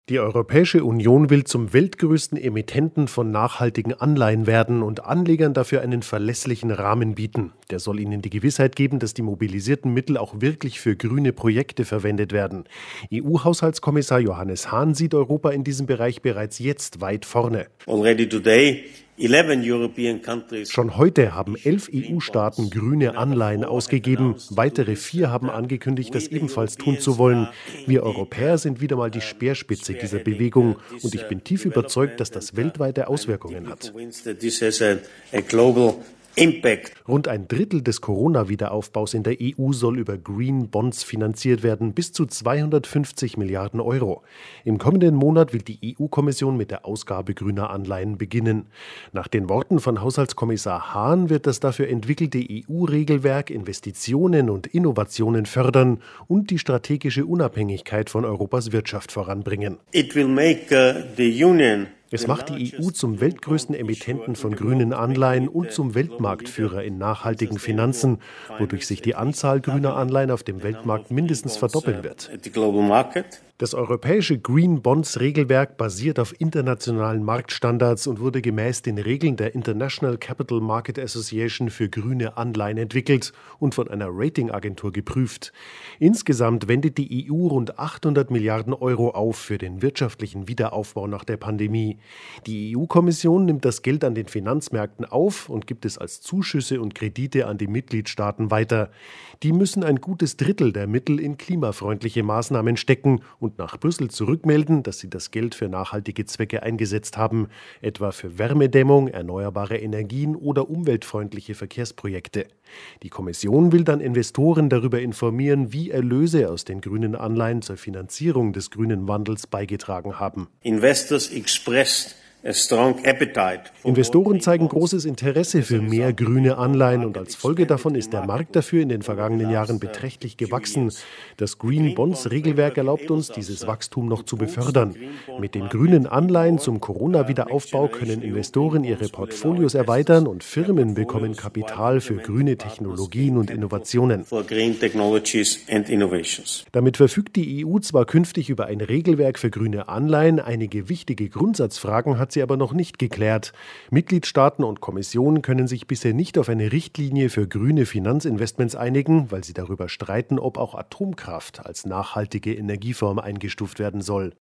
Die Europäische Union will zum weltgrößten Emittenten von nachhaltigen Anleihen werden und Anlegern dafür einen verlässlichen Rahmen bieten. Der soll ihnen die Gewissheit geben, dass die mobilisierten Mittel auch wirklich für grüne Projekte verwendet werden. EU-Haushaltskommissar Johannes Hahn sieht Europa in diesem Bereich bereits jetzt weit vorne. Schon heute haben 11 EU-Staaten grüne Anleihen ausgegeben. Weitere 4 haben angekündigt, das ebenfalls tun zu wollen. Wir Europäer sind wieder mal die Speerspitze dieser Bewegung. Und ich bin tief überzeugt, dass das weltweite Auswirkungen hat. Rund ein Drittel des Corona-Wiederaufbaus in der EU soll über Green Bonds finanziert werden, bis zu 250 Milliarden Euro. Im kommenden Monat will die EU-Kommission mit der Ausgabe grüner Anleihen beginnen. Nach den Worten von Haushaltskommissar Hahn wird das dafür entwickelte EU-Regelwerk Investitionen und Innovationen fördern und die strategische Unabhängigkeit von Europas Wirtschaft voranbringen. Es macht die EU zum weltgrößten Emittenten von grünen Anleihen und zum Weltmarktführer in nachhaltigen Finanzen, wodurch sich die Anzahl grüner Anleihen auf dem Weltmarkt mindestens verdoppeln wird. Das europäische Green Bonds Regelwerk basiert auf internationalen Marktstandards und wurde gemäß den Regeln der International Capital Market Association für grüne Anleihen entwickelt und von einer Ratingagentur geprüft. Insgesamt wendet die EU rund 800 Milliarden Euro auf für den wirtschaftlichen Wiederaufbau nach der Pandemie. Die EU-Kommission nimmt das Geld an den Finanzmärkten auf und gibt es als Zuschüsse und Kredite an die Mitgliedstaaten weiter. Die müssen ein gutes Drittel der Mittel in klimafreundliche Maßnahmen stecken und nach Brüssel zurückmelden, dass sie das Geld für nachhaltige Zwecke eingesetzt haben, etwa für Wärmedämmung, erneuerbare Energien oder umweltfreundliche Verkehrsprojekte. Die Kommission will dann Investoren darüber informieren, wie Erlöse aus den grünen Anleihen zur Finanzierung des grünen Wandels beigetragen haben. Investoren zeigen großes Interesse für mehr grüne Anleihen und als Folge davon ist der Markt dafür in den vergangenen Jahren beträchtlich gewachsen. Das Green Bonds Regelwerk erlaubt uns, dieses Wachstum noch zu befördern. Mit den grünen Anleihen zum Corona-Wiederaufbau können Investoren ihre Portfolios erweitern und Firmen bekommen Kapital für grüne Technologien und Innovationen. Damit verfügt die EU zwar künftig über ein Regelwerk für grüne Anleihen, einige wichtige Grundsatzfragen hat sie aber noch nicht geklärt. Mitgliedstaaten und Kommission können sich bisher nicht auf eine Richtlinie für grüne Finanzinvestments einigen, weil sie darüber streiten, ob auch Atomkraft als nachhaltige Energieform eingestuft werden soll.